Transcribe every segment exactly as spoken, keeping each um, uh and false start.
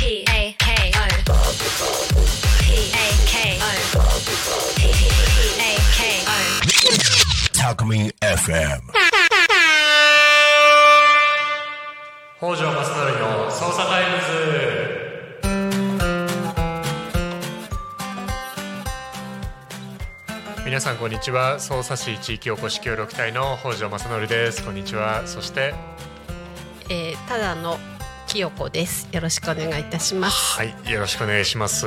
P A K O P A K O P A K O タコミン エフエム北条正則の捜査タイムズ。皆さんこんにちは。匝瑳市地域おこし協力隊の北条正則です。こんにちは。そして、 えー、ただの清子です。よろしくお願いいたします。 はい、よろしくお願いします。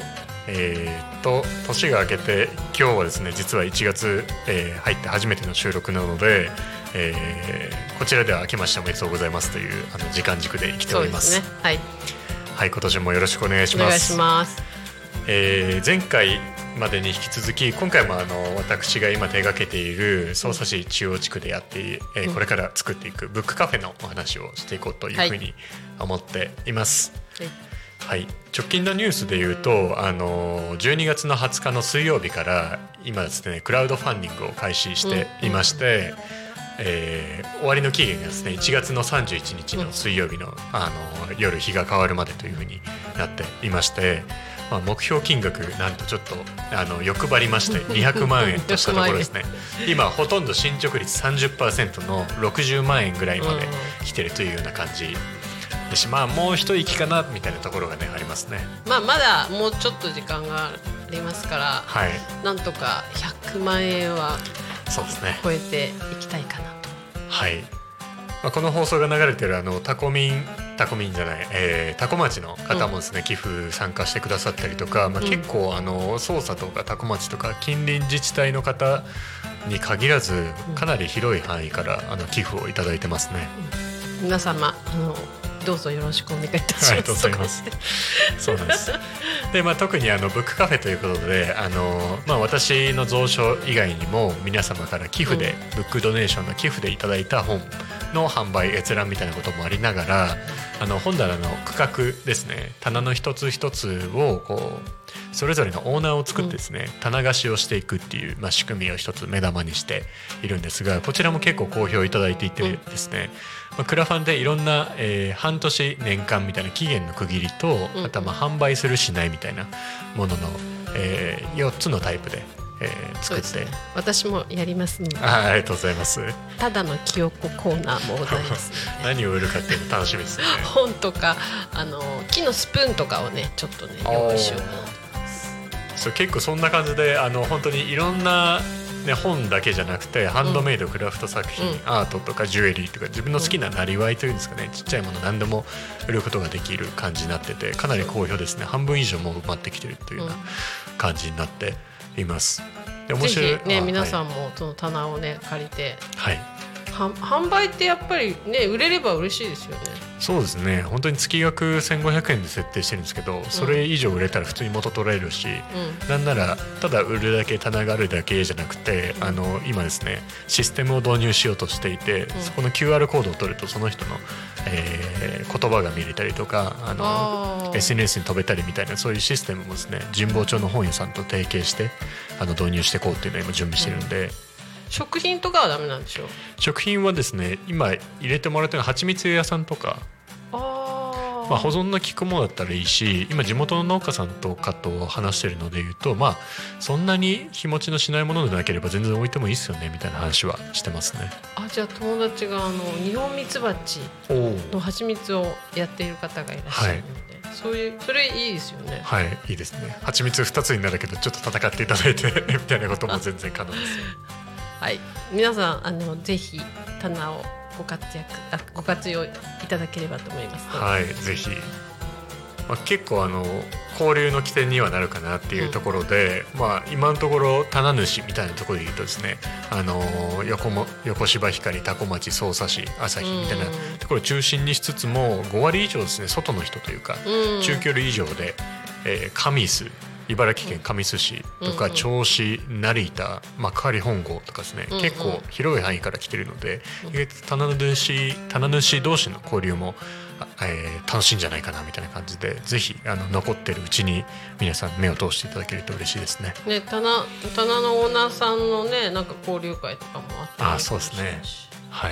えー、っと年が明けて今日はですね、実はいちがつ、えー、入って初めての収録なので、えー、こちらでは明けましておめでとうございますというあの時間軸で生きております。 そうですね。はい、 はい、今年もよろしくお願いします。 お願いします。 えー、前回までに引き続き今回もあの私が今手掛けている匝瑳市中央地区でやって、えー、これから作っていくブックカフェのお話をしていこうというふうに思っています。はい、はい、直近のニュースでいうとあのじゅうにがつのはつかの水曜日から今ですねクラウドファンディングを開始していまして、うんうんえー、終わりの期限がですねいちがつのさんじゅういちにちの水曜日 の, あの夜日が変わるまでというふうになっていまして、まあ、目標金額なんとちょっとあの欲張りましてにひゃくまんえんとしたところですね今ほとんど進捗率 さんじゅっパーセント のろくじゅうまんえんぐらいまで来てるというような感じでし、まあもう一息かなみたいなところがねありますね。 まあ、まだもうちょっと時間がありますから、 はい、 なんとかひゃくまんえんはそうですね超えていきたいかなと。 はい、まあ、この放送が流れているあのタコミンタコミンじゃない、えー、タコ町の方もですね、うん、寄付参加してくださったりとか、まあ、結構あの匝瑳とかタコ町とか近隣自治体の方に限らずかなり広い範囲からあの寄付をいただいてますね、 うん、皆様あのどうぞよろしくお願いいたします。 ありがとうございます。そうなんですで、まあ、特にあのブックカフェということであの、まあ、私の蔵書以外にも皆様から寄付で、うん、ブックドネーションの寄付でいただいた本の販売閲覧みたいなこともありながらあの本棚の区画ですね棚の一つ一つをこうそれぞれのオーナーを作ってですね、うん、棚貸しをしていくっていう、まあ、仕組みを一つ目玉にしているんですがこちらも結構好評いただいていてですね、うんまあ、クラファンでいろんな、えー、半年年間みたいな期限の区切りと、うん、あとはまあ販売するしないみたいなものの、えー、よっつのタイプでえー、作って、ね、 私もやりますのであ, ありがとうございます。 ただの清子コーナーもございます、ね、 何を売るかっていうの楽しみですよね本とかあの木のスプーンとかをねちょっとね用意しようと思ってます。 そう結構そんな感じであの本当にいろんな、ね、本だけじゃなくてハンドメイド、うん、クラフト作品、うん、アートとかジュエリーとか自分の好きななりわいというんですかね、うん、ちっちゃいもの何でも売ることができる感じになっててかなり好評ですね。半分以上も埋まってきてるというような感じになっています。で面白いぜひね皆さんもその棚をね借りて、 はい、 は販売ってやっぱりね売れれば嬉しいですよね。 そうですね本当に月額せんごひゃくえんで設定してるんですけどそれ以上売れたら普通に元取れるし、うん、なんならただ売るだけ棚があるだけじゃなくて、うん、あの今ですねシステムを導入しようとしていて、うん、そこの キューアール コードを取るとその人の、えー、言葉が見れたりとかあのあ エスエヌエス に飛べたりみたいなそういうシステムもですね神保町の本屋さんと提携してあの導入していこうっていうのを今準備してるんで、うん食品とかはダメなんでしょう。 食品はですね今入れてもらってるのは蜂蜜屋さんとかあ、 まあ、保存の効くものだったらいいし今地元の農家さんとかと話してるのでいうとまあそんなに日持ちのしないものでなければ全然置いてもいいですよねみたいな話はしてますね。 あじゃあ友達があのニホンミツバチの蜂蜜をやっている方がいらっしゃるので、はい、そういうそれいいですよね。 はいいいですね。蜂蜜ふたつになるけどちょっと戦っていただいてみたいなことも全然可能ですよはい、皆さんあのぜひ棚をご活躍あご活用いただければと思います。 はいぜひ、まあ、結構あの交流の起点にはなるかなっていうところで、うんまあ、今のところ棚主みたいなところで言うとですねあの 横, も横芝光多古町匝瑳市旭みたいなところを中心にしつつもごわり以上ですね外の人というか、うん、中距離以上で、えー、神栖茨城県神栖市とか銚子成田幕張本郷とかですね、うんうん、結構広い範囲から来てるので、うん、棚主棚主同士の交流も、えー、楽しいんじゃないかなみたいな感じでぜひあの残ってるうちに皆さん目を通していただけると嬉しいですね。 ね 棚, 棚のオーナーさんのねなんか交流会とかもあってあそうですねはい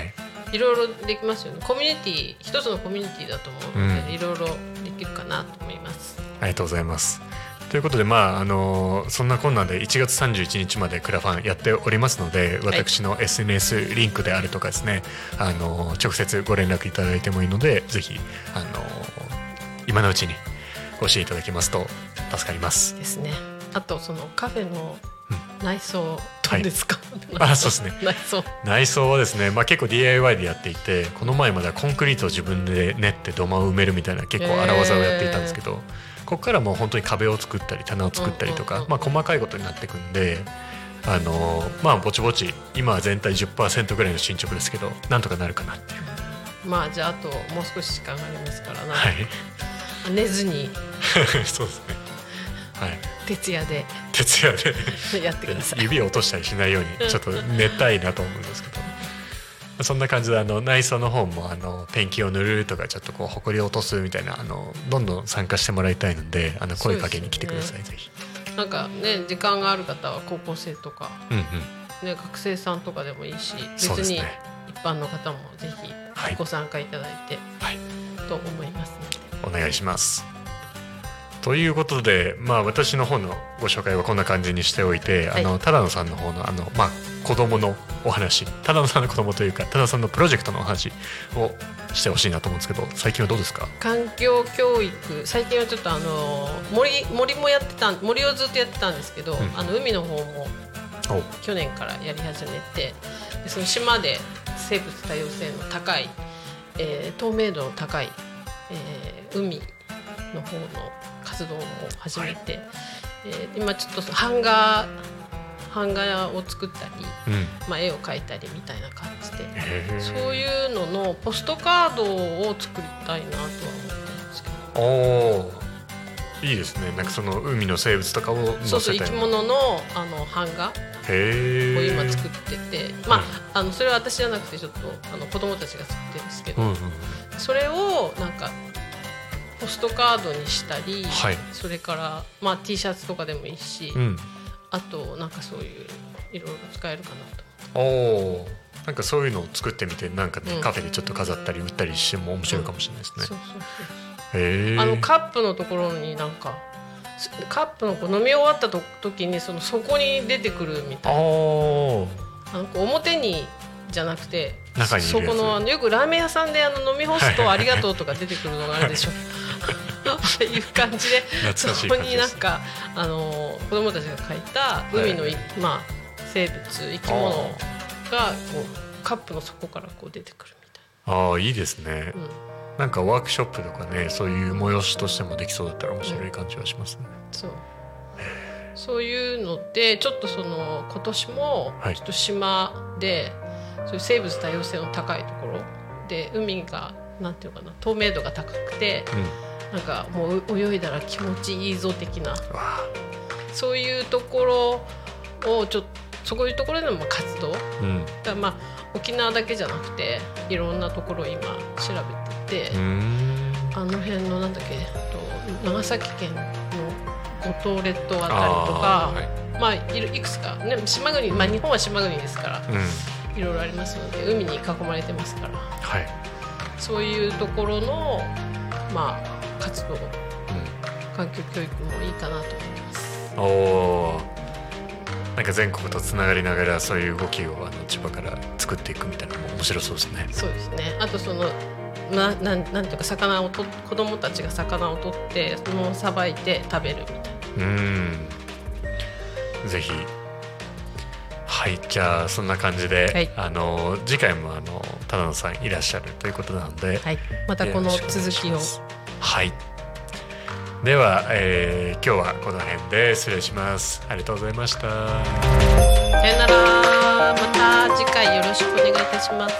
いろいろできますよね。コミュニティ一つのコミュニティだと思うので、うん、いろいろできるかなと思います。 ありがとうございます。ということで、まあ、あのそんなこんなでいちがつさんじゅういちにちまでクラファンやっておりますので、私の エスエヌエス リンクであるとかですね、あの直接ご連絡いただいてもいいので、ぜひあの今のうちにご支援いただけますと助かりますですね。あとそのカフェの内装どうですか？ はい、あ、そうですね。 内装内装はですね、まあ、結構 ディーアイワイ でやっていて、この前まではコンクリートを自分で練って土間を埋めるみたいな結構荒技をやっていたんですけど、えー、ここからもう本当に壁を作ったり棚を作ったりとか、うんうんうん、まあ、細かいことになっていくんで、あのまあぼちぼち今は全体 じゅっパーセント ぐらいの進捗ですけど、なんとかなるかなっていう。 まあじゃああともう少し時間がありますからな、 はい、 寝ずにそうですね、はい、 徹夜で徹夜でやってください。 指を落としたりしないようにちょっと寝たいなと思うんですけどそんな感じで、あの内装の方もあのペンキを塗るとか、ちょっとこうホコリを落とすみたいな、あのどんどん参加してもらいたいので、あの声かけに来てください、ね、ぜひ。なんかね、時間がある方は高校生とか、 うんうん、 ね、学生さんとかでもいいし、別に一般の方もぜひご参加いただいて、はい、と思いますのでお願いします。ということで、まあ、私の方のご紹介はこんな感じにしておいて、はい、あの只野さんの方の、あの、まあ、子供のお話、只野さんの子供というか只野さんのプロジェクトのお話をしてほしいなと思うんですけど、最近はどうですか？ 環境教育、最近はちょっとあの 森, 森もやってた森をずっとやってたんですけど、うん、あの海の方も去年からやり始めて、でその島で生物多様性の高い、えー、透明度の高い、えー、海の方の活動も始めて、はい、えー、今ちょっと版画版画を作ったり、うん、まあ、絵を描いたりみたいな感じで、そういうののポストカードを作りたいなとは思ってるんですけど。 おー、いいですね。なんかその海の生物とかを載せたり、 そうそう、生き物のあの版画を今作ってて、まあ、あのそれは私じゃなくてちょっとあの子供たちが作ってるんですけど、うんうん、それをなんかポストカードにしたり、はい、それから、まあ、T シャツとかでもいいし、うん、あとなんかそういういろいろ使えるかなと思って。 おー、なんかそういうのを作ってみて、なんか、ね、うん、カフェでちょっと飾ったり売ったりしても面白いかもしれないですね。うん、そうそうそう、へー、 あのカップのところになんかカップのこう飲み終わったと時にその底に出てくるみたいな、あのこう表にじゃなくて中にいるやつ、そこの、あのよくラーメン屋さんであの飲み干すとありがとうとか出てくるのがあるでしょああいう感じで、そこになんかあの子供たちが描いた海の、はい、まあ、生物生き物がこうカップの底からこう出てくるみたいな。 ああ、いいですね、うん、なんかワークショップとかね、そういう催しとしてもできそうだったら面白い感じはしますね、 うん、そうそういうので、ちょっとその今年もちょっと島で、はい、そういう生物多様性の高いところで、海がなんていうかな、透明度が高くて、うん、なんかもう泳いだら気持ちいいぞ的な、そういうところをちょっと、そういうところでの活動、うん、だからまあ沖縄だけじゃなくていろんなところを今調べてて、あの辺のなんだっけ、長崎県の五島列島あたりとか、はい、まあ、いくつか、ね、島国、まあ、日本は島国ですから、うん、いろいろありますので、海に囲まれてますから、はい、そういうところの、まあ、活動、うん、環境教育もいいかなと思います。 おー、なんか全国とつながりながらそういう動きをあの千葉から作っていくみたいなのも面白そうですね。 そうですね。あとそのなななんていうか、魚をと子供たちが魚を取ってそのままさばいて食べるみたいな。うーん、 ぜひ。はい、じゃあそんな感じで、はい、あの次回もあの只野さんいらっしゃるということなので、 はい、またこの続きを。 はい。では、えー、今日はこの辺で失礼します。ありがとうございました。さよなら。また次回よろしくお願いいたします。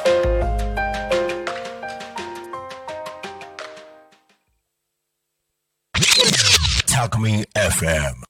タコミン エフエム